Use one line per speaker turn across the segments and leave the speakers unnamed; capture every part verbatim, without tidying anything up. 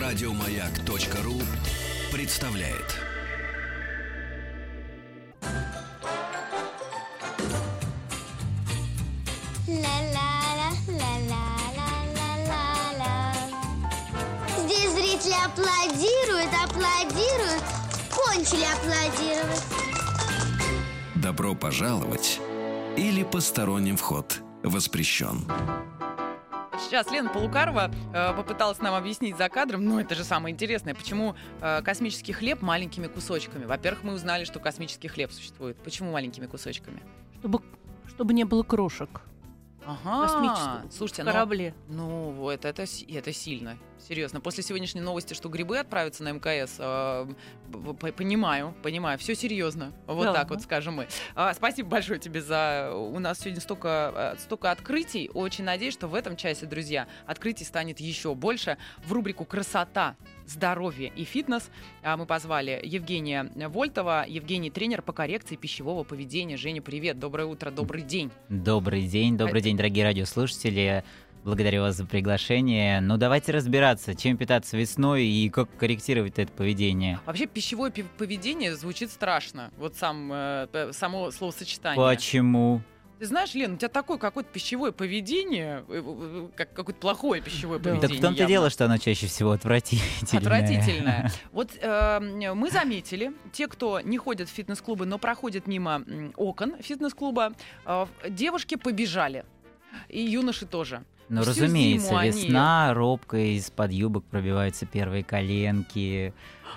Радиомаяк.ру представляет.
Здесь зрители аплодируют, аплодируют, кончили аплодировать.
Добро пожаловать или посторонним вход воспрещен.
Сейчас Лена Полукарова э, попыталась нам объяснить за кадром, но это же самое интересное, почему э, космический хлеб маленькими кусочками. Во-первых, мы узнали, что космический хлеб существует. Почему маленькими кусочками?
Чтобы, чтобы не было крошек.
Ага,
Космическом
слушайте,
корабле.
Ну, ну вот это, это сильно. Серьезно. После сегодняшней новости, что грибы отправятся на МКС, э, понимаю, понимаю, все серьезно. Вот
да,
так
да.
вот скажем мы. А, спасибо большое тебе за... У нас сегодня столько, столько открытий. Очень надеюсь, что в этом часе, друзья, открытий станет еще больше. В рубрику «Красота, здоровье и фитнес» мы позвали Евгения Вольтова. Евгений — тренер по коррекции пищевого поведения. Женя, привет, доброе утро, добрый день.
Добрый день, добрый день, дорогие радиослушатели. Благодарю вас за приглашение. Ну, давайте разбираться, чем питаться весной и как корректировать это поведение.
Вообще, пищевое поведение звучит страшно. Вот сам, э, само словосочетание.
Почему?
Ты знаешь, Лен, у тебя такое какое-то пищевое поведение, как какое-то плохое пищевое
Да.
поведение.
Так в том-то и дело, что оно чаще всего отвратительное.
Отвратительное. Вот э, мы заметили, те, кто не ходят в фитнес-клубы, но проходят мимо м, окон фитнес-клуба, э, девушки побежали. И юноши тоже.
Ну,
Всю
разумеется,
зиму они-
весна, робко из-под юбок пробиваются первые коленки.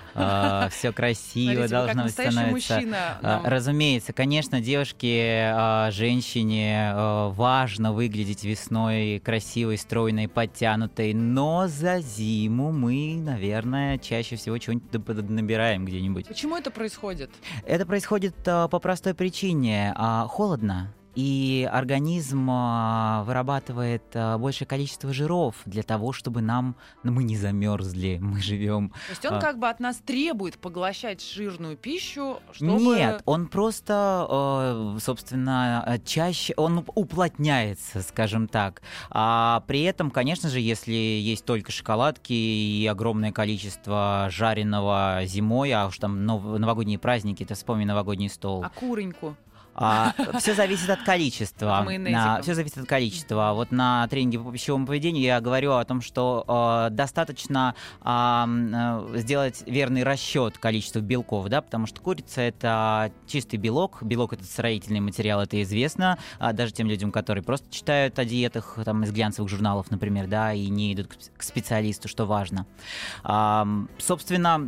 Все красиво
Смотрите, вы как
должно
настоящий
становиться.
мужчина.
А,
нам-
Разумеется, конечно, девушке, а, женщине а, важно выглядеть весной красивой, стройной, подтянутой, но за зиму мы, наверное, чаще всего чего-нибудь набираем где-нибудь.
Почему это происходит?
Это происходит а, по простой причине. А, Холодно. И организм а, вырабатывает а, большее количество жиров для того, чтобы нам, ну, мы не замерзли, мы живем.
То есть он
А.
как бы от нас требует поглощать жирную пищу, чтобы...
Нет, он просто, э, собственно, чаще, он уплотняется, скажем так. А при этом, конечно же, если есть только шоколадки и огромное количество жареного зимой, а уж там нов- новогодние праздники, ты вспомни новогодний стол.
А куреньку?
Все зависит от количества.
С майонезиком.
Все зависит от количества. Вот на тренинге по пищевому поведению я говорю о том, что э, достаточно э, э, сделать верный расчет количества белков, да, потому что курица — это чистый белок. Белок — это строительный материал, это известно. А даже тем людям, которые просто читают о диетах там, из глянцевых журналов, например, да, и не идут к- к специалисту, что важно. А, собственно,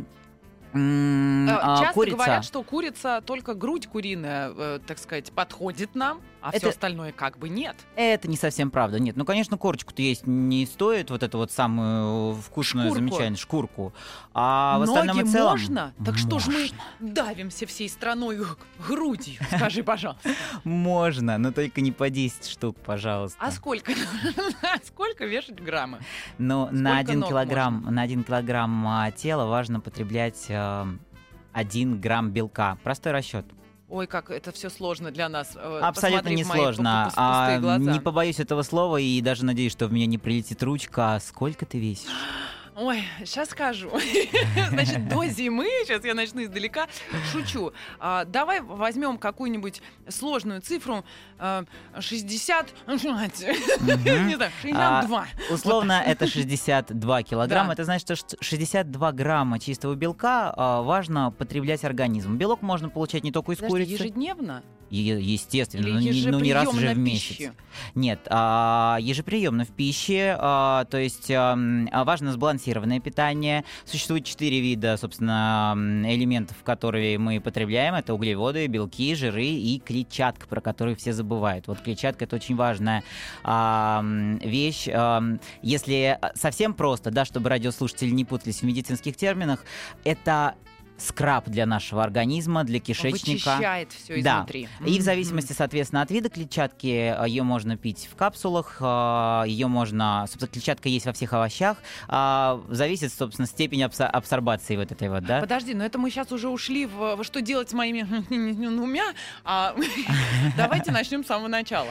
м,
Э,
а,
Часто
курица...
говорят, что курица, только грудь куриная, э, так сказать, подходит нам, а все
Это-
остальное как бы нет.
Это не совсем правда. Нет, ну, конечно, корочку-то есть не стоит, вот эту вот самую вкусную,
Шкурку.
замечательную шкурку. А в остальном
Ноги
и целом...
можно? Так что ж мы
Можно.
давимся всей страной г- грудью? Скажи, пожалуйста.
Можно, но только не по десять штук, пожалуйста.
А сколько? Сколько вешать граммы?
Но на
сколько
один
ног
килограмм, на один килограмм а, тела важно потреблять а, один грамм белка. Простой расчет.
Ой, как это все сложно для нас. Э,
Абсолютно
посмотри в мои
несложно.
пу- пу- пустые
А,
глаза.
не побоюсь этого слова и даже надеюсь, что в меня не прилетит ручка. Сколько ты весишь?
Ой, сейчас скажу. Значит, до зимы, сейчас я начну издалека, шучу. А, давай возьмем какую-нибудь сложную цифру. а, шестьдесят, не знаю, шестьдесят два.
Условно, это шестьдесят два килограмма.
Да.
Это значит, что шестьдесят два грамма чистого белка а, важно потреблять организму. Белок можно получать не только из
Подожди,
курицы.
ежедневно?
Е- естественно,
Или
ну, не, ну, не раз уже в
ежеприемно
месяц.
пищи?
Нет, а, ежеприемно в пище, а, то есть а, м, а, важно сбалансированное питание. Существует четыре вида, собственно, м, элементов, которые мы потребляем. Это углеводы, белки, жиры и клетчатка, про которую все забывают. Вот клетчатка — это очень важная а, м, вещь. А, м, если совсем просто, да, чтобы радиослушатели не путались в медицинских терминах, это скраб для нашего организма, для кишечника.
Вычищает все
Да.
изнутри.
И в
Мгм.
зависимости, соответственно, от вида клетчатки, ее можно пить в капсулах, ее можно... Собственно, клетчатка есть во всех овощах. а, Зависит, собственно, степень абсо- абсорбации вот этой вот, да?
Подожди, но это мы сейчас уже ушли в, во что делать с моими умя. А давайте начнем с самого начала.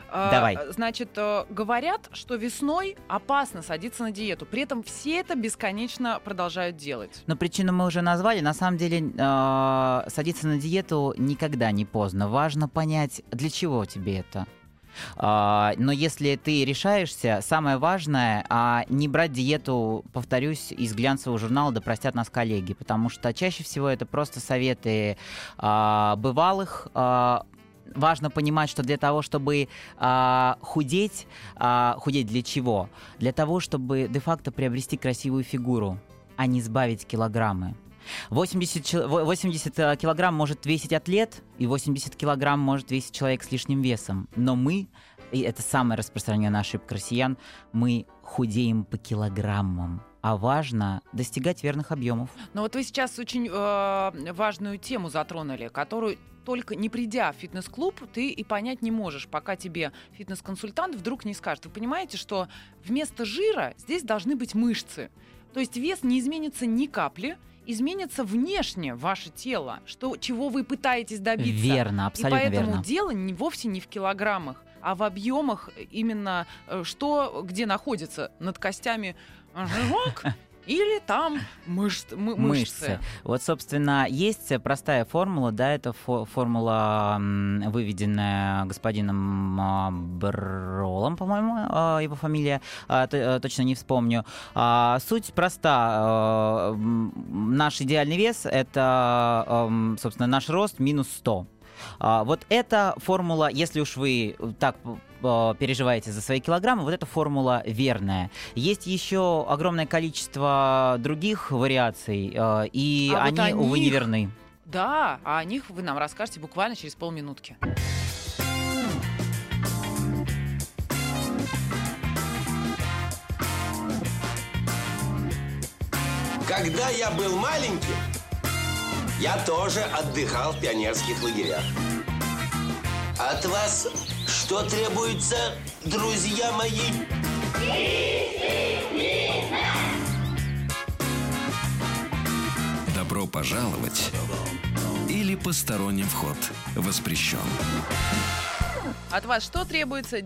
А,
Давай.
Значит, э, говорят, что весной опасно садиться на диету. При этом все это бесконечно продолжают делать.
Но причину мы уже назвали. На самом деле, э, садиться на диету никогда не поздно. Важно понять, для чего тебе это. А, но если ты решаешься, самое важное а, не брать диету, повторюсь, из глянцевого журнала, да простят нас коллеги, потому что чаще всего это просто советы а, бывалых. А, важно понимать, что для того, чтобы а, худеть, а, худеть для чего? Для того, чтобы де-факто приобрести красивую фигуру, а не сбавить килограммы. восемьдесят килограмм может весить атлет, и восемьдесят килограмм может весить человек с лишним весом. Но мы, и это самая распространенная ошибка россиян, мы худеем по килограммам. А важно достигать верных объемов.
Но вот вы сейчас очень э, важную тему затронули, которую только не придя в фитнес-клуб, ты и понять не можешь, пока тебе фитнес-консультант вдруг не скажет. Вы понимаете, что вместо жира здесь должны быть мышцы. То есть вес не изменится ни капли, изменится внешне ваше тело, что, чего вы пытаетесь добиться.
Верно, абсолютно
верно. И поэтому
верно.
дело не, вовсе не в килограммах, а в объемах именно, э, что, где находится над костями жирок или там мышц, мы, мышцы.
Мышцы. Вот, собственно, есть простая формула, да, это фо- формула, м, выведенная господином а, Бролом, по-моему, а, его фамилия, а, т- а, точно не вспомню. А, суть проста. А, м, наш идеальный вес — это, а, собственно, наш рост минус сто. А, вот эта формула, если уж вы так а, переживаете за свои килограммы, вот эта формула верная. Есть еще огромное количество других вариаций, а, и
А вот
они,
о
увы, не
них-
верны.
Да, а о них вы нам расскажете буквально через полминутки.
Когда я был маленьким, я тоже отдыхал в пионерских лагерях. От вас что требуется, друзья мои?
Добро пожаловать или посторонним вход воспрещен.
От вас что требуется?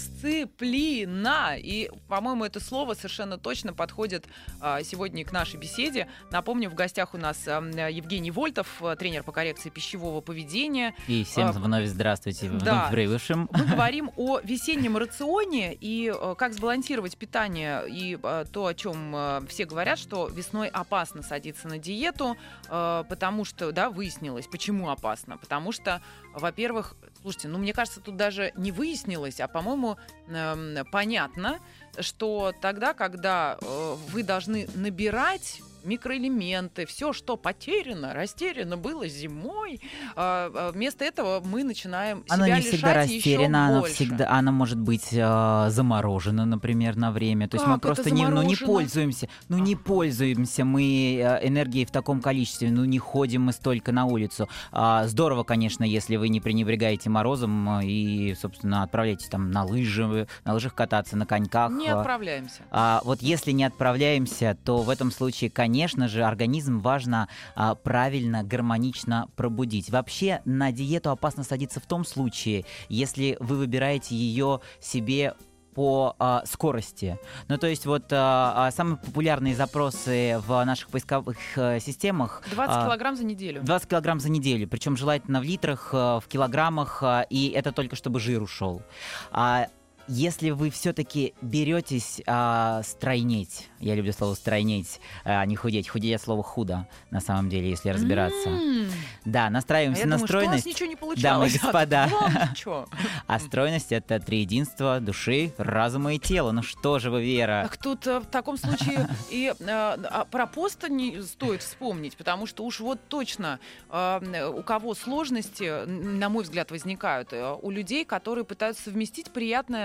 Дисциплина. И, по-моему, это слово совершенно точно подходит а, сегодня к нашей беседе. Напомню, в гостях у нас а, Евгений Вольтов, а, тренер по коррекции пищевого поведения.
И всем
А,
вновь здравствуйте, вновь
да.
прибывшим.
Мы говорим о весеннем рационе и а, как сбалансировать питание. И а, то, о чем а, все говорят, что весной опасно садиться на диету, а, потому что, да, выяснилось, почему опасно. Потому что, во-первых, слушайте, ну, мне кажется, тут даже не выяснилось, а, по-моему, э, понятно, что тогда, когда э, вы должны набирать микроэлементы, все, что потеряно, растеряно было зимой, э, вместо этого мы начинаем
Оно
себя
не всегда
лишать еще
растеряно, оно
больше.
всегда, оно может быть э, заморожено, например, на время. То есть мы
Как это
просто не, ну, не
заморожено?
пользуемся, ну не пользуемся мы э, энергией в таком количестве, ну не ходим мы столько на улицу. А, здорово, конечно, если вы не пренебрегаете морозом э, и, собственно, отправляетесь там на лыжи, на лыжах кататься, на коньках.
Не
э.
отправляемся.
А, вот если не отправляемся, то в этом случае, конечно же, организм важно а, правильно, гармонично пробудить. Вообще на диету опасно садиться в том случае, если вы выбираете ее себе по а, скорости. Ну, то есть вот а, а, самые популярные запросы в наших поисковых а, системах...
двадцать
а,
килограмм за неделю.
двадцать килограмм за неделю, причем желательно в литрах, а, в килограммах, а, и это только чтобы жир ушел. А, Если вы все-таки беретесь а, стройнеть, я люблю слово стройнеть, а не худеть, худеть от слова худо, на самом деле, если разбираться.
М.
Да,
А
настраиваемся
я
на
думаю, что у вас
стройность.
ничего не
Дамы и
получалось.
господа.
А тут вам чё?
А стройность — это триединство души, разума и тела. Ну что же вы, Вера?
Так тут э, в таком случае и э, а про пост не стоит вспомнить, потому что уж вот точно э, у кого сложности, н- на мой взгляд, возникают, э, у людей, которые пытаются совместить приятное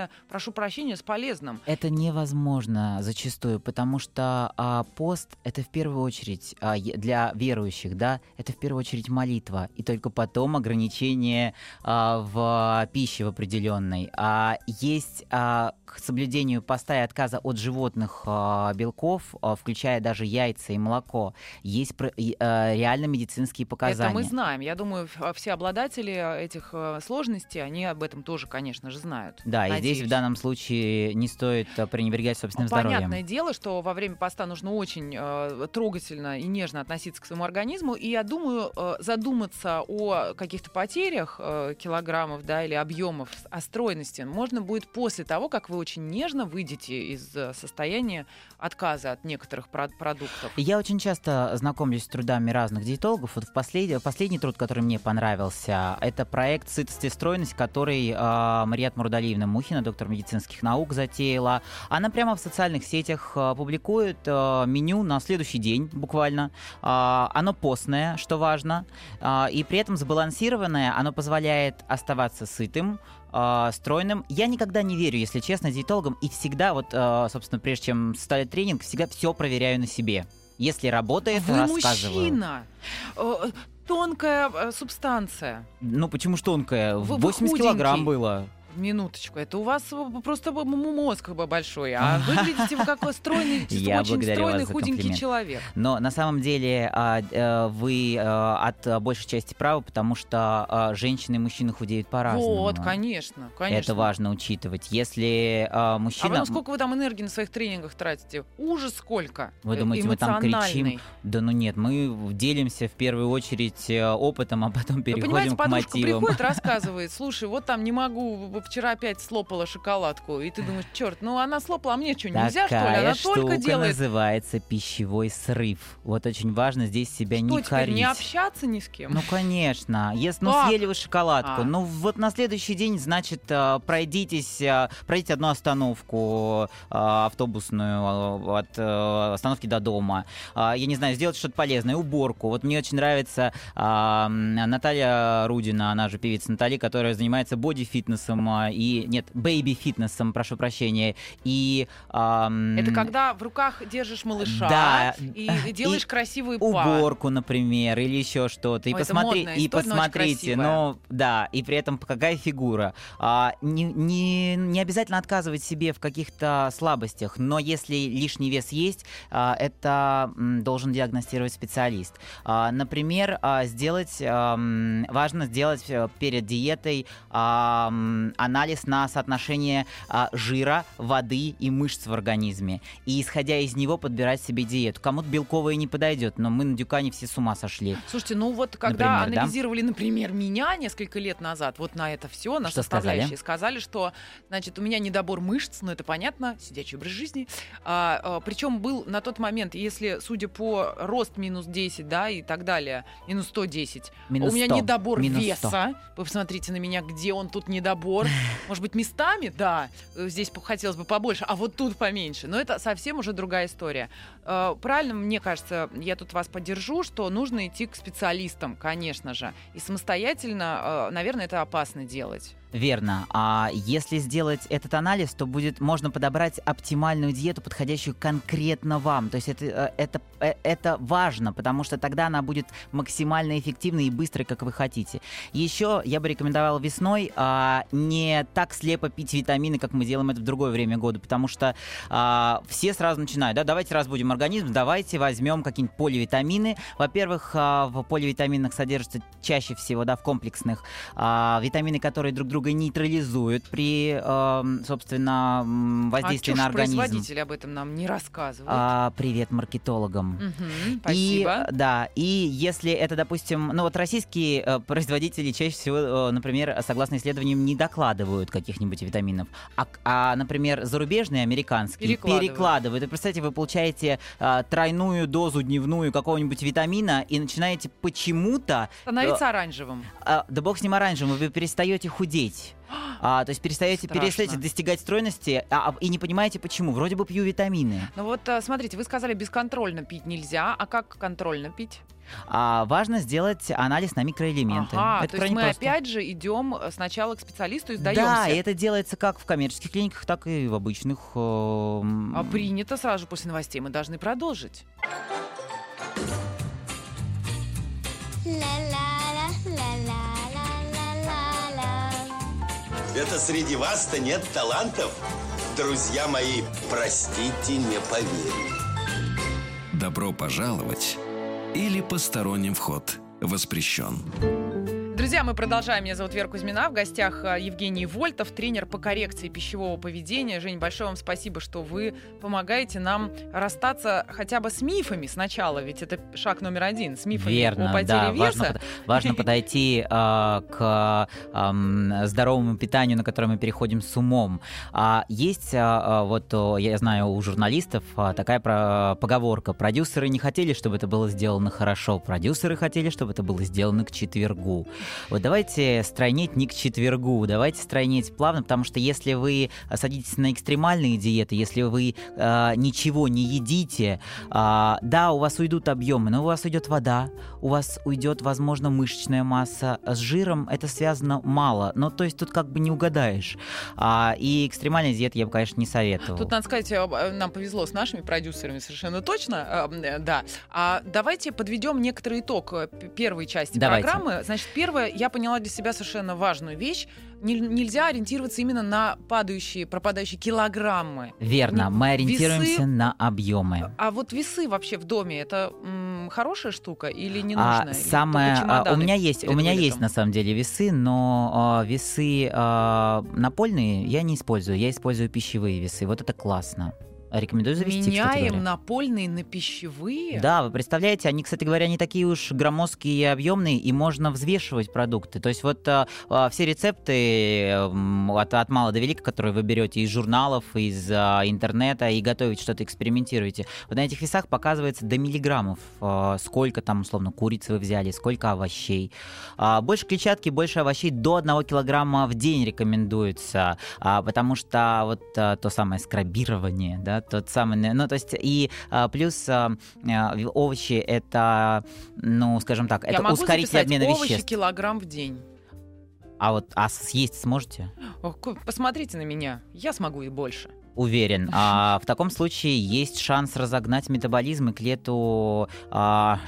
не, прошу прощения, с полезным.
Это невозможно зачастую, потому что а, пост — это в первую очередь а, для верующих, да, это в первую очередь молитва, и только потом ограничение а, в пище в определенной. А, есть а, к соблюдению поста и отказа от животных а, белков, а, включая даже яйца и молоко, есть а, реально медицинские показания.
Это мы знаем. Я думаю, все обладатели этих сложностей, они об этом тоже, конечно же, знают.
Да,
Надеюсь.
И здесь в данном случае не стоит пренебрегать собственным
Понятное
здоровьем.
Понятное дело, что во время поста нужно очень э, трогательно и нежно относиться к своему организму. И я думаю, э, задуматься о каких-то потерях э, килограммов, да, или объемов, о стройности можно будет после того, как вы очень нежно выйдете из состояния отказа от некоторых про- продуктов.
Я очень часто знакомлюсь с трудами разных диетологов. Вот в послед... последний труд, который мне понравился, это проект «Сытость и стройность», который э, Марьят Мурдалиевна Мухина, доктор медицинских наук, затеяла. Она прямо в социальных сетях э, публикует э, меню на следующий день буквально. Э, оно постное, что важно, э, и при этом сбалансированное. Оно позволяет оставаться сытым, э, стройным. Я никогда не верю, если честно, диетологам, и всегда, вот, э, собственно, прежде чем ставить тренинг, всегда все проверяю на себе. Если работает,
Вы
рассказываю.
мужчина. Э, тонкая э, субстанция.
Ну, почему ж тонкая?
Вы- вы
восемьдесят килограмм
худенький.
было.
Минуточку, это у вас просто мозг большой, а выглядите вы как стройный,
Я
очень
благодарю
стройный,
вас за
худенький
комплимент.
человек.
Но на самом деле а, а, вы а, от большей части правы, потому что а, женщины и мужчины худеют по-разному.
Вот, конечно, конечно.
Это важно учитывать. Если а,
А
мужчина...
потом сколько вы там энергии на своих тренингах тратите? Ужас сколько.
Вы
э,
думаете, мы там кричим?
эмоциональный.
Да ну нет, мы делимся в первую очередь э, опытом, а потом
Вы
переходим
понимаете,
к
подружка
мотивам.
приходит, рассказывает, слушай, вот там не могу, вчера опять слопала шоколадку, и ты думаешь, черт, ну она слопала, а мне что, нельзя, что ли?
Такая
Она
штука
только делает.
называется пищевой срыв. Вот очень важно здесь себя
Что
не
теперь,
корить.
не общаться ни с кем?
Ну, конечно. Если, ну,
Как?
съели вы шоколадку.
А.
Ну, вот на следующий день, значит, э, пройдитесь, э, пройдите одну остановку э, автобусную э, от э, остановки до дома. Э, Я не знаю, сделать что-то полезное, уборку. Вот мне очень нравится э, Наталья Рудина, она же певица Наталья, которая занимается боди-фитнесом э, и, нет, бэйби-фитнесом, прошу прощения. И... эм,
Это когда в руках держишь малыша
Да.
и делаешь
И
красивые па.
уборку, например, или еще что-то. И,
Ой, это
посмотри,
модная
и
история, но очень
посмотрите,
красивая.
ну да, и при этом какая фигура. А, не, не, не обязательно отказывать себе в каких-то слабостях, но если лишний вес есть, а, это м, должен диагностировать специалист. А, например, а, сделать, а, м, важно сделать э, перед диетой а, м, анализ на соотношение а, жира, воды и мышц в организме. И исходя из него подбирать себе диету. Кому-то белковая не подойдет, но мы на Дюкане все с ума сошли.
Слушайте, ну вот когда
Например, да?
анализировали, например, меня несколько лет назад, вот на это все, на
Что
составляющие, сказали, что, значит, у меня недобор мышц, ну это понятно, сидячий образ жизни. А, а, причем был на тот момент, если, судя по рост минус десять, да, и так далее, минус сто десять,
Минус
у меня
сто.
недобор
Минус
веса.
сто.
Вы посмотрите на меня, где он тут недобор. Может быть, местами, да, здесь хотелось бы побольше, а вот тут поменьше. Но это совсем уже другая история. Э, Правильно, мне кажется, я тут вас поддержу, что нужно идти к специалистам, конечно же. И самостоятельно, э, наверное, это опасно делать.
Верно. А если сделать этот анализ, то будет можно подобрать оптимальную диету, подходящую конкретно вам. То есть это, э, это, э, это важно, потому что тогда она будет максимально эффективной и быстрой, как вы хотите. Еще я бы рекомендовал весной а, не так слепо пить витамины, как мы делаем это в другое время года, потому что а, все сразу начинают, да, давайте разбудим организм, давайте возьмем какие-нибудь поливитамины. Во-первых, а, в поливитаминах содержатся чаще всего, да, в комплексных, а, витамины, которые друг друга нейтрализуют при, э, собственно, м, воздействии
а
на
чушь
организм.
производители об этом нам не рассказывают.
А, привет маркетологам.
Мгм, спасибо.
И, да, и если это, допустим, ну вот российские э, производители чаще всего, э, например, согласно исследованиям, не докладывают каких-нибудь витаминов, а, а например, зарубежные, американские,
Перекладывают.
перекладывают. И представьте, вы получаете э, тройную дозу дневную какого-нибудь витамина и начинаете почему-то...
Становится оранжевым.
э, да бог с ним оранжевым, вы перестаете худеть. потеть. А, то есть перестаете, перестаете достигать стройности а, и не понимаете почему. Вроде бы пью витамины.
Ну вот смотрите, вы сказали, бесконтрольно пить нельзя. А как контрольно пить?
А, важно сделать анализ на микроэлементы.
Ага,
это
то есть мы
просто.
опять же идем сначала к специалисту и сдаемся.
Да, и это делается как в коммерческих клиниках, так и в обычных. Э,
а принято сразу после новостей. Мы должны продолжить.
Это среди вас-то нет талантов? Друзья мои, простите, не поверю.
Добро пожаловать или посторонним вход воспрещен.
Друзья, мы продолжаем. Меня зовут Вера Кузьмина. В гостях Евгений Вольтов, тренер по коррекции пищевого поведения. Жень, большое вам спасибо, что вы помогаете нам расстаться хотя бы с мифами сначала. Ведь это шаг номер один. С мифами
Верно,
о потере
да,
веса.
Важно, важно подойти э, к э, здоровому питанию, на которое мы переходим с умом. А есть, э, вот я знаю, у журналистов э, такая про, поговорка. Продюсеры не хотели, чтобы это было сделано хорошо. Продюсеры хотели, чтобы это было сделано к четвергу. Вот давайте стройнеть не к четвергу, давайте стройнеть плавно, потому что если вы садитесь на экстремальные диеты, если вы э, ничего не едите, э, да, у вас уйдут объемы, но у вас уйдет вода, у вас уйдет, возможно, мышечная масса. С жиром это связано мало, но то есть тут как бы не угадаешь. А, и экстремальные диеты я бы, конечно, не советовал.
Тут, надо сказать, нам повезло с нашими продюсерами совершенно точно, э, да. А давайте подведем некоторый итог первой части
давайте.
программы. Значит, первое, я поняла для себя совершенно важную вещь. Нельзя ориентироваться именно на падающие, пропадающие килограммы.
Верно, мы ориентируемся
весы,
на объемы.
А вот весы вообще в доме это м, хорошая штука или не нужная?
А, самое, а, у меня есть, у меня
вылетом?
есть на самом деле весы, но а, весы а, напольные я не использую, я использую пищевые весы. Вот это классно. Рекомендую завести,
Меняем напольные на пищевые?
Да, вы представляете, они, кстати говоря, не такие уж громоздкие и объемные, и можно взвешивать продукты. То есть вот а, а, все рецепты а, от, от мала до велика, которые вы берете из журналов, из а, интернета и готовите что-то, экспериментируете, вот на этих весах показывается до миллиграммов, а, сколько там, условно, курицы вы взяли, сколько овощей. А, больше клетчатки, больше овощей до одного килограмма в день рекомендуется, а, потому что вот а, то самое скрабирование, да, тот самый, ну, то есть, и а, плюс а, овощи, это, ну, скажем так,
Я
это
могу
ускоритель обмена
овощи
веществ.
Килограмм в день.
А вот, а съесть сможете?
О, посмотрите на меня, я смогу и больше.
Уверен. А, в таком случае есть шанс разогнать метаболизм и к лету а,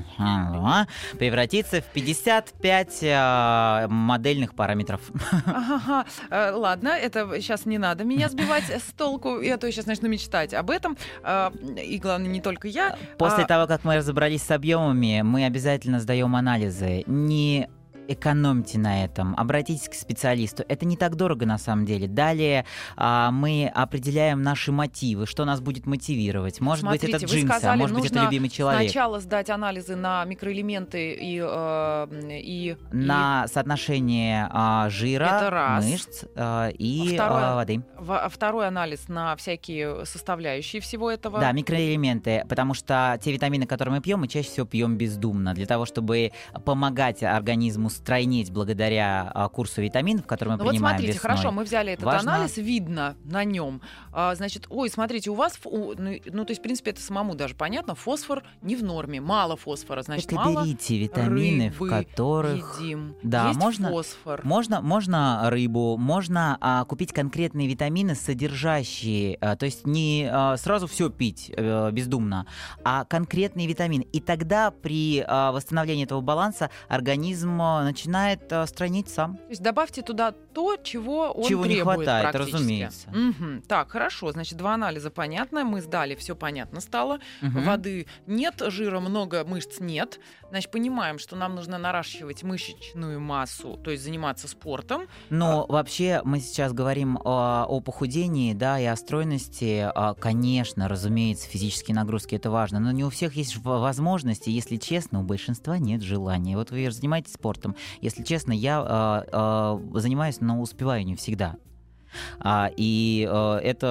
превратиться в пятьдесят пять а, модельных параметров.
Ага, э, ладно, это сейчас не надо меня сбивать с толку, я то сейчас начну мечтать об этом. Э, и главное, не только я.
После
а...
того, как мы разобрались с объемами, мы обязательно сдаем анализы. Не экономьте на этом, обратитесь к специалисту. Это не так дорого на самом деле. Далее а, мы определяем наши мотивы, что нас будет мотивировать. Может
Смотрите,
быть, это джинсы,
сказали,
а может быть, это любимый человек.
Сначала сдать анализы на микроэлементы и... Э, и
на
и...
соотношение а, жира, мышц а, и
второй,
а, воды.
В, второй анализ на всякие составляющие всего этого.
Да, микроэлементы, потому что те витамины, которые мы пьем, мы чаще всего пьем бездумно, для того, чтобы помогать организму стройнеть благодаря а, курсу витаминов, который мы
ну
принимаем
вот смотрите,
весной.
хорошо, мы взяли этот
Важно...
анализ, видно на нем. А, значит, ой, смотрите, у вас, у, ну, ну, то есть, в принципе, это самому даже понятно, фосфор не в норме, мало фосфора, значит,
так
мало
берите витамины,
рыбы
в которых...
едим.
Да,
есть
можно,
фосфор.
Можно, можно рыбу, можно а, купить конкретные витамины, содержащие, а, то есть не а, сразу все пить а, бездумно, а конкретные витамины. И тогда при а, восстановлении этого баланса организм а, начинает а, стройнеть сам.
То есть добавьте туда то, чего он
чего
требует.
не хватает,
практически.
разумеется.
Угу. Так, хорошо, значит, два анализа понятно, мы сдали, все понятно стало.
Угу.
Воды нет, жира много, мышц нет. Значит, понимаем, что нам нужно наращивать мышечную массу, то есть заниматься спортом.
Но
а...
вообще мы сейчас говорим о, о похудении, да, и о стройности. Конечно, разумеется, физические нагрузки — это важно, но не у всех есть возможности, если честно, у большинства нет желания. Вот вы занимаетесь спортом. Если честно, я а, а, занимаюсь, но успеваю не всегда. А, и а, это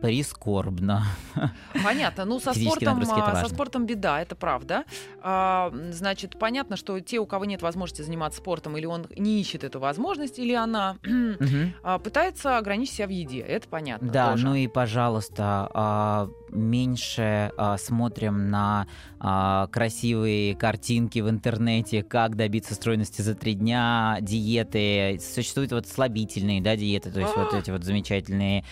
Прискорбно.
Понятно. Ну, со
Физические
спортом,
нагрузки — это
а, со
важно.
спортом беда, это правда. А, значит, понятно, что те, у кого нет возможности заниматься спортом, или он не ищет эту возможность, или она
Мгм.
а, пытается ограничить себя в еде. Это понятно.
Да,
тоже.
ну и, пожалуйста, а, меньше а, смотрим на а, красивые картинки в интернете, как добиться стройности за три дня, диеты. Существуют вот слабительные, да, диеты, то есть вот
А.
эти вот замечательные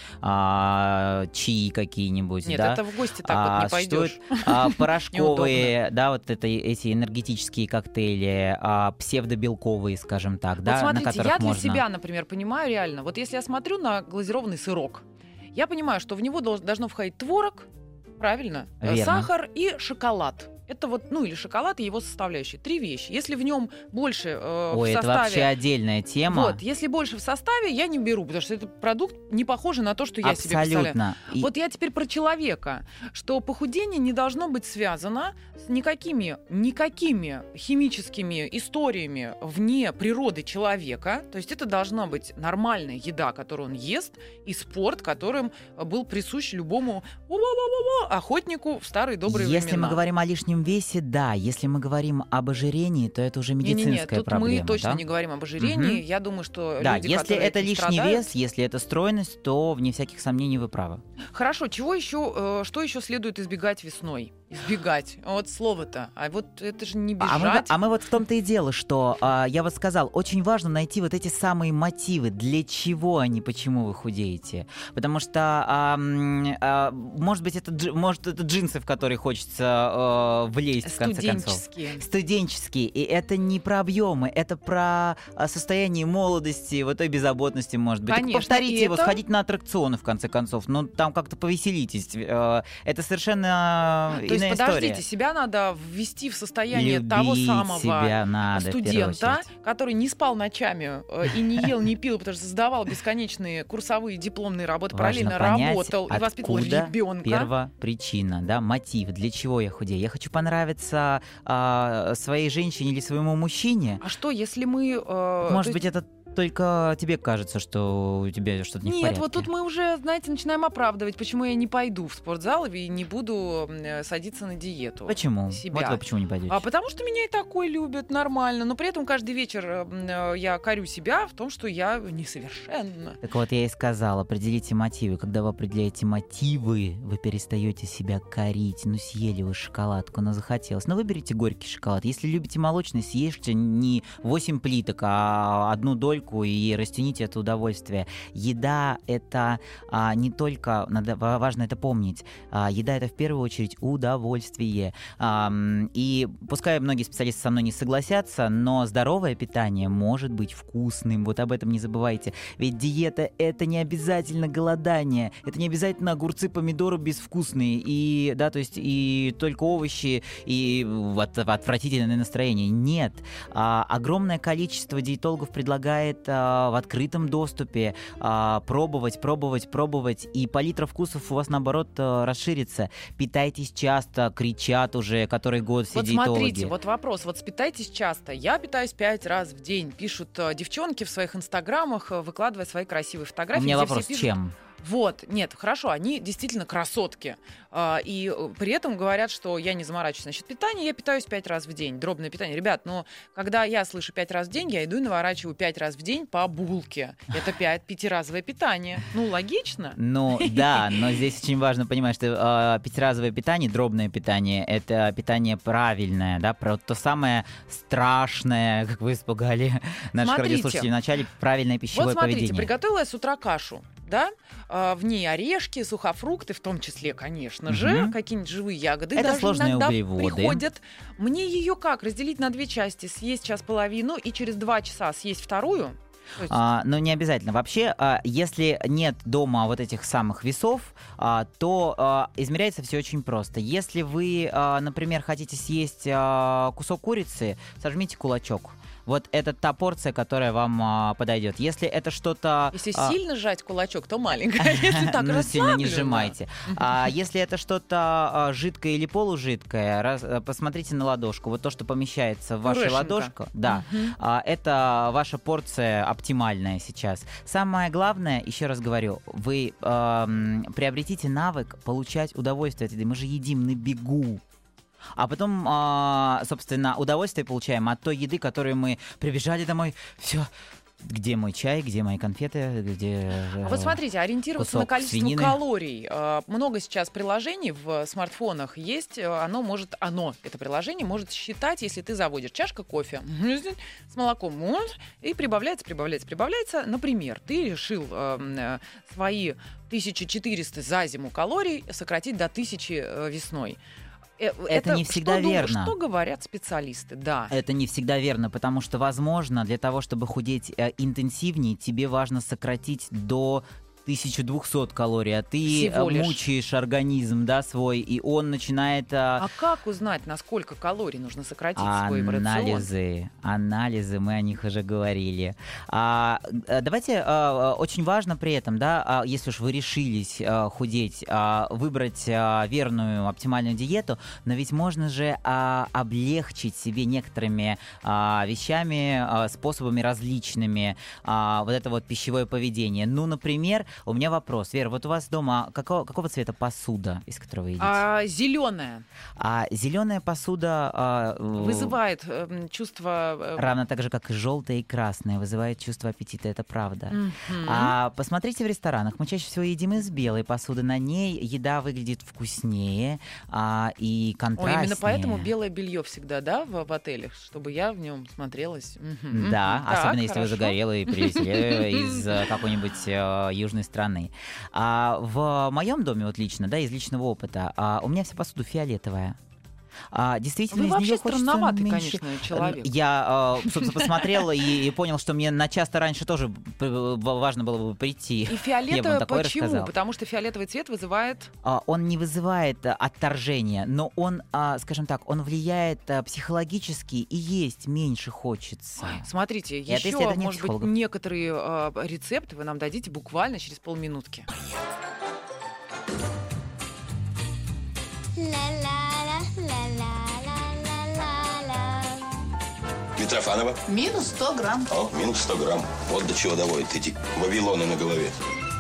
а, чаи какие-нибудь,
Нет,
да.
это в гости так
А,
вот не
существуют,
пойдешь.
а, порошковые, да, вот это, эти энергетические коктейли, а, псевдобелковые, скажем так,
Вот
да, на
смотрите,
которых
я для
можно...
себя, например, понимаю реально. Вот если я смотрю на глазированный сырок, я понимаю, что в него долж- должно входить творог, правильно, э,
Верно.
сахар и шоколад. Это вот, ну или шоколад и его составляющие. Три вещи. Если в нем больше э,
Ой,
в
это
составе...
вообще отдельная тема.
Вот, если больше в составе, я не беру, потому что этот продукт не похожий на то, что я себе представляю.
Абсолютно. И-
Вот я теперь про человека, что похудение не должно быть связано с никакими, никакими химическими историями вне природы человека. То есть это должна быть нормальная еда, которую он ест, и спорт, которым был присущ любому охотнику в старые добрые
Если
времена.
мы говорим о лишнем весе, да. Если мы говорим об ожирении, то это уже
Не-не-не,
медицинская
тут
проблема.
мы точно
да?
не говорим об ожирении.
Мгм.
Я думаю, что
Да,
люди,
если
которые
это
этим
лишний
страдают-
вес, если это стройность, то вне всяких сомнений вы правы.
Хорошо, чего еще, э, что еще следует избегать весной? Избегать. Вот слово-то. А вот это же не бежать.
А мы, а мы вот в том-то и дело, что а, я вот сказал, очень важно найти вот эти самые мотивы, для чего они, почему вы худеете. Потому что, а, м, а, может быть, это, дж- может, это джинсы, в которые хочется а, влезть, в конце концов.
Студенческие.
Студенческие. И это не про объемы, это про а, состояние молодости, вот той беззаботности, может быть. Так
Конечно,
повторите
и
его,
это-
сходите на аттракционы, в конце концов. Ну, там как-то повеселитесь. Э, Это совершенно
То есть,
иная
подождите,
история.
себя надо ввести в состояние
Любить
того самого
себя надо, в первую
студента,
очередь.
который не спал ночами э, и не ел, не пил, потому что сдавал бесконечные курсовые дипломные работы,
Важно
параллельно
понять,
работал и воспитывал
откуда
ребенка.
первопричина, да, мотив, для чего я худею. Я хочу понравиться а, своей женщине или своему мужчине.
А что, если мы... э, то
Может
есть-
быть, это только тебе кажется, что у тебя что-то не в
Нет,
порядке.
вот тут мы уже, знаете, начинаем оправдывать, почему я не пойду в спортзал и не буду э, садиться на диету.
Почему?
себя.
Вот вы почему не пойдете?
А потому что меня и такой любят, нормально. Но при этом каждый вечер э, э, я корю себя в том, что я несовершенна.
Так вот, я и сказал, определите мотивы. Когда вы определяете мотивы, вы перестаете себя корить. Ну, съели вы шоколадку, но захотелось. Ну, выберите горький шоколад. Если любите молочный, съешьте не восемь плиток, а одну дольку и растяните это удовольствие. Еда — это а, не только, надо, ва- важно это помнить, а, еда — это в первую очередь удовольствие. А, м, и пускай многие специалисты со мной не согласятся, но здоровое питание может быть вкусным. Вот об этом не забывайте. Ведь диета — это не обязательно голодание, это не обязательно огурцы, помидоры безвкусные, и, да, то есть и только овощи, и от- отвратительное настроение. Нет. А, огромное количество диетологов предлагает а, в открытом доступе а, пробовать, пробовать, пробовать, и палитра вкусов у вас, наоборот, а, расширится. Питайтесь часто, кричат уже который год все
Вот
диетологи.
смотрите, вот вопрос. Вот питайтесь часто. Я питаюсь пять раз в день. Пишут э, девчонки в своих инстаграмах, э, выкладывая свои красивые
У
фотографии.
меня
где
вопрос,
все пишут,
чем?
Вот, нет, хорошо, они действительно красотки. А, и э, при этом говорят, что я не заморачиваюсь насчет питания, я питаюсь пять раз в день. Дробное питание. Ребят, но когда я слышу пять раз в день, я иду и наворачиваю пять раз в день по булке. Это пять пятиразовое питание. Ну, логично.
Ну да, но здесь очень важно понимать, что э, пятиразовое питание, дробное питание, это питание правильное, да, про то самое страшное, как вы испугали наших
Смотрите.
радиослушателей в начале, правильное пищевое
Вот смотрите,
поведение.
приготовила я с утра кашу, да? А, в ней орешки, сухофрукты, в том числе, конечно же,
Мгм.
какие-нибудь живые ягоды.
Это
даже
сложные
иногда
углеводы.
приходят. Мне ее как? Разделить на две части. Съесть час половину и через два часа съесть вторую? То есть-
А, но не обязательно. Вообще, а, если нет дома вот этих самых весов, а, то а, измеряется все очень просто. Если вы, а, например, хотите съесть а, кусок курицы, сожмите кулачок. вот это та порция, которая вам а, подойдет. Если это что-то...
Если
а,
сильно сжать кулачок, то маленькая. Если так
ну, сильно не
расслабленно.
сжимайте. А если это что-то а, жидкое или полужидкое, раз, а, посмотрите на ладошку. Вот то, что помещается в вашу
Пюрешенка.
ладошку, да, а, это ваша порция оптимальная сейчас. Самое главное, еще раз говорю, вы а, м, приобретите навык получать удовольствие от еды. Мы же едим на бегу. А потом, а, собственно, удовольствие получаем от той еды, которую мы прибежали домой. Все. Где мой чай, где мои конфеты, где...
А вот смотрите, ориентироваться на
кусок
количество
свинины.
калорий. Э, Много сейчас приложений в смартфонах есть. э, Оно может, оно, это приложение, может считать, если ты заводишь чашка кофе с молоком, вот, и прибавляется, прибавляется, прибавляется. Например, ты решил э, э, свои тысяча четыреста за зиму калорий сократить до тысячи э, весной. Э,
Это не всегда
что, дум-
верно.
Что говорят специалисты? Да.
Это не всегда верно, потому что, возможно, для того, чтобы худеть э, интенсивнее, тебе важно сократить до тысяча двести калорий, а ты
Всего
э,
лишь.
мучаешь организм, да, свой, и он начинает... э,
А как узнать, на сколько калорий нужно сократить свой рацион?
Анализы, анализы, мы о них уже говорили. А, э, давайте, э, очень важно при этом, да, а, если уж вы решились э, худеть, а, выбрать а, верную, оптимальную диету, но ведь можно же а, облегчить себе некоторыми а, вещами, а, способами различными а, вот это вот пищевое поведение. Ну, например, у меня вопрос. Вера, вот у вас дома какого, какого цвета посуда, из которой вы едите?
А, зеленая
А зеленая посуда а, э,
вызывает э, чувство... э,
равно так же, как и желтая и красная, вызывает чувство аппетита, это правда.
мгм.
А посмотрите в ресторанах, мы чаще всего едим из белой посуды, на ней еда выглядит вкуснее а, и
Ой,
контрастнее.
именно поэтому белое белье всегда, да, в, в отелях, чтобы я в нем смотрелась. Мгм,
Да,
мгм.
особенно
Так,
если вы
хорошо.
загорелые и привезли из э, какой-нибудь э, южной страны. А в моем доме, вот лично, да, из личного опыта, а, у меня вся посуда фиолетовая. А, действительно,
Вы
из
вообще
неё хочется
странноватый,
меньше.
конечно, человек.
Я, э, собственно, посмотрел и, и понял, что мне на час раньше тоже п- важно было бы прийти.
И
Я бы
фиолетовое
вам такое
почему?
рассказал.
Потому что фиолетовый цвет вызывает...
А, Он не вызывает а, отторжения, но он, а, скажем так, он влияет а, психологически, и есть меньше хочется.
Смотрите,
Это
еще,
если это не
может быть,
психологов.
некоторые э, рецепты вы нам дадите буквально через полминутки.
Ла-ла-ла, ла-ла-ла-ла-ла-ла.
Митрофанова?
Минус сто грамм.
О, минус сто грамм. Вот до чего доводят эти вавилоны на голове.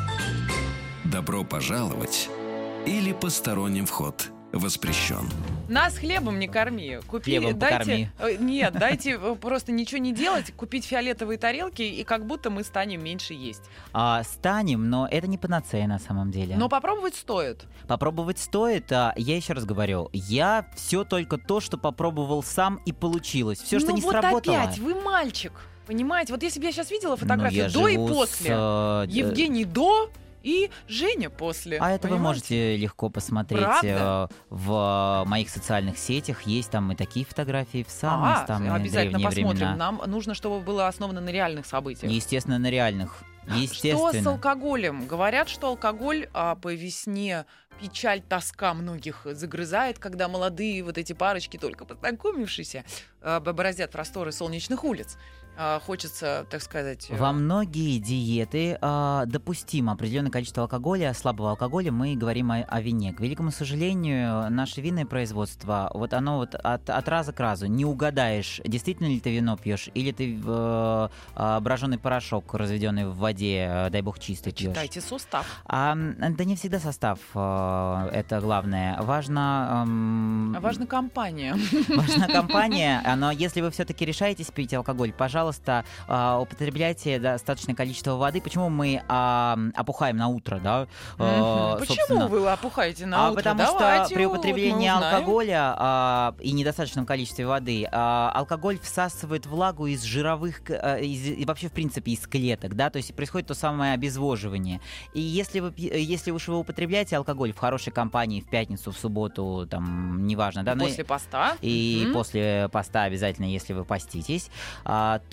Добро пожаловать или посторонним вход воспрещен.
Нас хлебом не корми. Купи,
Хлебом
дайте, э, нет, дайте э, просто ничего не делать, купить фиолетовые тарелки, и как будто мы станем меньше есть.
А, станем, но это не панацея на самом деле.
Но попробовать стоит.
Попробовать стоит. А, я еще раз говорю, я все только то, что попробовал сам, и получилось. Все, что
ну
не
вот
сработало.
опять, вы мальчик, понимаете? Вот если бы я сейчас видела
Ну,
фотографию
я
до и
живу с,
после,
э,
Евгений до и Женя после.
А это вы
понимаете?
можете легко посмотреть
Правда?
э, в моих социальных сетях. Есть там и такие фотографии в самые
А,
самые
обязательно
древние
посмотрим.
времена.
Нам нужно, чтобы было основано на реальных событиях.
Естественно, на реальных.
Что с
Естественно.
алкоголем? Говорят, что алкоголь а, по весне печаль, тоска многих загрызает, когда молодые вот эти парочки, только познакомившиеся, а, бороздят просторы солнечных улиц. А, хочется, так сказать... э,
Во многие диеты а, допустимо определенное количество алкоголя, слабого алкоголя. Мы говорим о, о вине. К великому сожалению, наше винное производство, вот оно вот от, от раза к разу не угадаешь, действительно ли ты вино пьешь, или ты э, э, броженый порошок, разведенный в воде, э, дай бог чистый, пьешь.
Читайте состав.
А, м, да не всегда состав э, это главное. Важно... эм,
А важна компания.
Важна компания, но если вы все-таки решаетесь пить алкоголь, пожалуйста, а, употребляйте достаточное количество воды. Почему мы а, опухаем на утро, да? А,
Мгм.
собственно?
Почему вы опухаете на
А
утро?
потому
Давайте,
что при
вот
употреблении
мы узнаем.
алкоголя а, и недостаточном количестве воды а, алкоголь всасывает влагу из жировых к- а, из- и вообще в принципе из клеток, да, то есть происходит то самое обезвоживание. И если вы пье- если уж вы употребляете алкоголь в хорошей компании в пятницу, в субботу, там неважно, да, но-
После поста.
и
Мгм.
после поста обязательно, если вы поститесь, а, то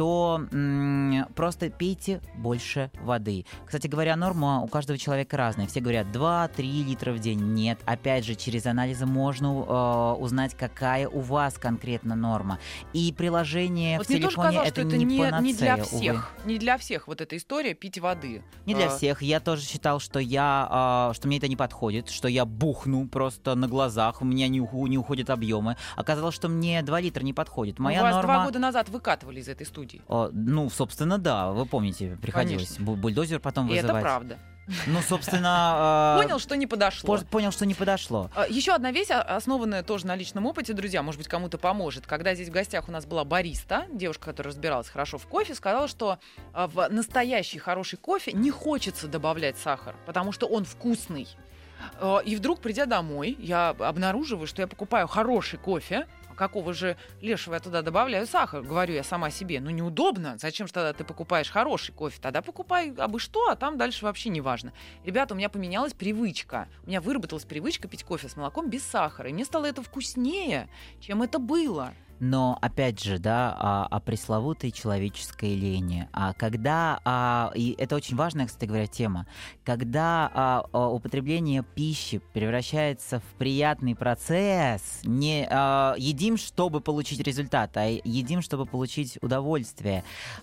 то м- просто пейте больше воды. Кстати говоря, норма у каждого человека разная. Все говорят два-три литра в день. Нет, опять же, через анализы можно э, узнать, какая у вас конкретно норма. И приложение
Вот
в
мне тоже
телефоне
казалось,
это
что это
не,
не,
панацея,
не для
увы.
всех. Не для всех вот эта история пить воды.
Не для
А,
всех. Я тоже считал, что я, а, что мне это не подходит, что я бухну просто на глазах, у меня не, уху- не уходят объемы. Оказалось, что мне два литра не подходит. Моя
У вас
норма...
два года назад выкатывали из этой студии.
О, ну, собственно, да, вы помните, приходилось
Конечно.
бу- бульдозер потом
И
вызывать.
это правда.
Ну, собственно... а,
Понял, что не подошло.
пож- Понял, что не подошло.
А, Еще одна вещь, а- основанная тоже на личном опыте, друзья, может быть, кому-то поможет. Когда здесь в гостях у нас была бариста, девушка, которая разбиралась хорошо в кофе, сказала, что а, в настоящий хороший кофе не хочется добавлять сахар, потому что он вкусный. А, И вдруг, придя домой, я обнаруживаю, что я покупаю хороший кофе. Какого же лешего я туда добавляю сахар? Говорю я сама себе. Ну, неудобно. Зачем же тогда ты покупаешь хороший кофе? Тогда покупай абы что, а там дальше вообще не важно. Ребята, у меня поменялась привычка. У меня выработалась привычка пить кофе с молоком без сахара. И мне стало это вкуснее, чем это было.
Но, опять же, да, о, о пресловутой человеческой лени. А когда, а, и это очень важная, кстати говоря, тема, когда а, а, употребление пищи превращается в приятный процесс, не а, едим, чтобы получить результат, а едим, чтобы получить удовольствие.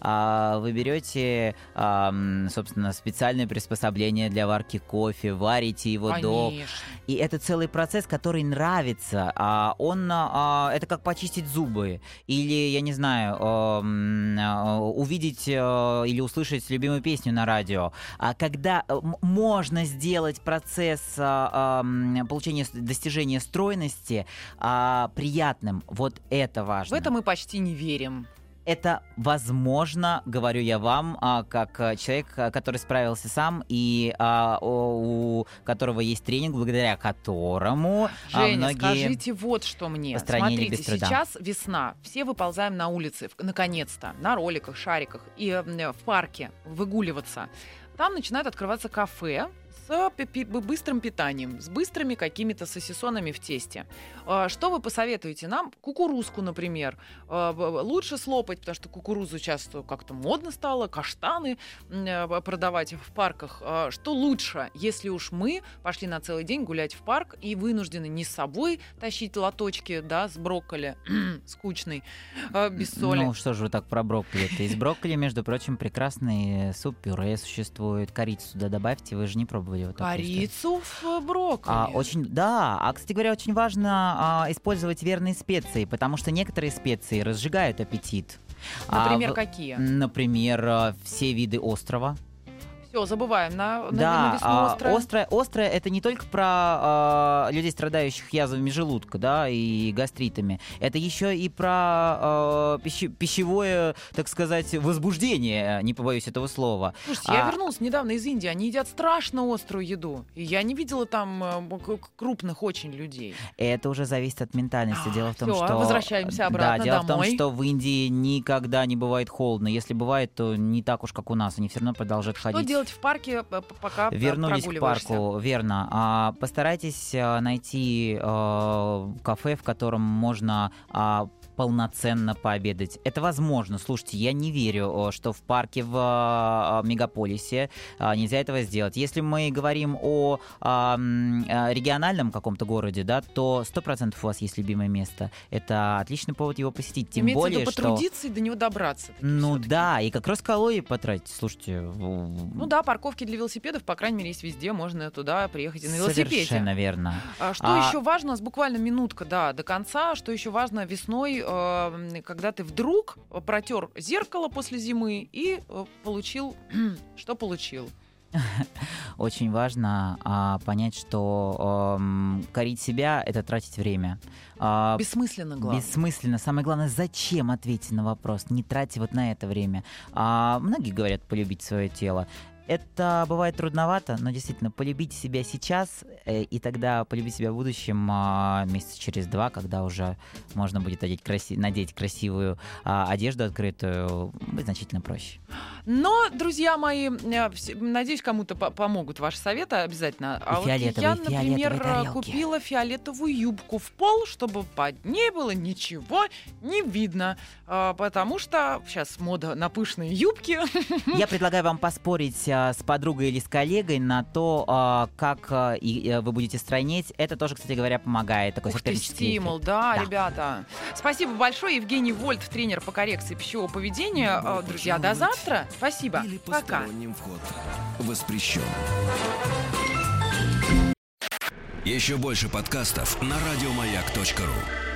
А, вы берете, а, м, собственно, специальное приспособление для варки кофе, варите его до...
Конечно.
И это целый процесс, который нравится. А, он, а, это как почистить зубы. Или, я не знаю, а, м, а, увидеть а, или услышать любимую песню на радио. А когда а, м- можно сделать процесс а, а, м, получения, с- достижения стройности а, приятным, вот это важно.
В это мы почти не верим.
Это возможно, говорю я вам, а, как а, человек, а, который справился сам и а, о- у которого есть тренинг, благодаря которому а,
Женя,
многие...
скажите вот что мне.
постранили
Смотрите,
без труда.
сейчас весна, все выползаем на улице, в- наконец-то, на роликах, шариках и э, в парке выгуливаться. Там начинают открываться кафе с пи- пи- быстрым питанием, с быстрыми какими-то сосисонами в тесте. А, Что вы посоветуете нам? Кукурузку, например, а, б- лучше слопать, потому что кукурузу часто как-то модно стало, каштаны м, э, продавать в парках. А, Что лучше, если уж мы пошли на целый день гулять в парк и вынуждены не с собой тащить лоточки, да, с брокколи, скучный, а, без соли.
Ну, что же вы так про брокколи-то? Из брокколи, между прочим, прекрасный суп-пюре существует. Корицу туда добавьте, вы же не пробовали его такую историю?
Корицу в брокколи.
А, очень, да, а, кстати говоря, очень важно а, использовать верные специи, потому что некоторые специи разжигают аппетит. А,
Например,
в-
какие?
Например, а, все виды острова.
Все, забываем на, на, на
Да,
весну
а,
острое.
острое, острое это не только про а, людей, страдающих язвами желудка, да, и гастритами. Это еще и про а, пищи- пищевое, так сказать, возбуждение, не побоюсь этого слова.
Слушайте, я
а-
вернулась недавно из Индии, они едят страшно острую еду. И я не видела там э, к- к- крупных очень людей.
Это уже зависит от ментальности.
А,
Дело в том,
всё,
что...
возвращаемся обратно
Да, дело в
домой.
том, что в Индии никогда не бывает холодно. Если бывает, то не так уж, как у нас. Они все равно продолжают
Что
ходить.
делать в парке, п- п- пока э,
Вернулись к
прогуливаешься?
парку, верно. А, постарайтесь а, найти а, кафе, в котором можно а, полноценно пообедать. Это возможно. Слушайте, я не верю, о, что в парке в а, мегаполисе а, нельзя этого сделать. Если мы говорим о а, м, а, региональном каком-то городе, да, то сто процентов у вас есть любимое место. Это отличный повод его посетить. Тем
Имеется в
более,
виду
что...
потрудиться и до него добраться. таки
Ну
всё-таки.
да, и как раз калории потратить. Слушайте, в-
Ну да, парковки для велосипедов, по крайней мере, есть везде. Можно туда приехать и на велосипеде.
совершенно верно.
А Что
А-
еще важно? У нас буквально минутка, да, до конца. Что еще важно весной, э, когда ты вдруг протер зеркало после зимы и э, получил, что получил?
Очень важно а, понять, что ам, корить себя — это тратить время. А,
Бессмысленно, главное.
Бессмысленно. Самое главное, зачем, ответьте на вопрос. Не тратьте вот на это время. А, многие говорят полюбить свое тело. Это бывает трудновато, но действительно, полюбите себя сейчас, э, и тогда полюбить себя в будущем э, месяца через два, когда уже можно будет одеть краси- надеть красивую э, одежду открытую, будет значительно проще.
Но, друзья мои, э, вс- надеюсь, кому-то по- помогут ваши советы обязательно. А вот
фиолетовые,
я, например,
фиолетовые тарелки.
купила фиолетовую юбку в пол, чтобы под ней было ничего не видно. А, потому что сейчас мода на пышные юбки.
Я предлагаю вам поспорить а, с подругой или с коллегой на то, а, как а, и, а, вы будете стройнеть. Это тоже, кстати говоря, помогает. Такой
Ух ты,
сопернический
стимул,
эффект.
да,
Да.
ребята. Спасибо большое. Евгений Вольт, тренер по коррекции пищевого поведения. А, Друзья, до завтра. Спасибо.
Или
Пока.
посторонним вход воспрещен. Еще больше подкастов на радиомаяк точка ру.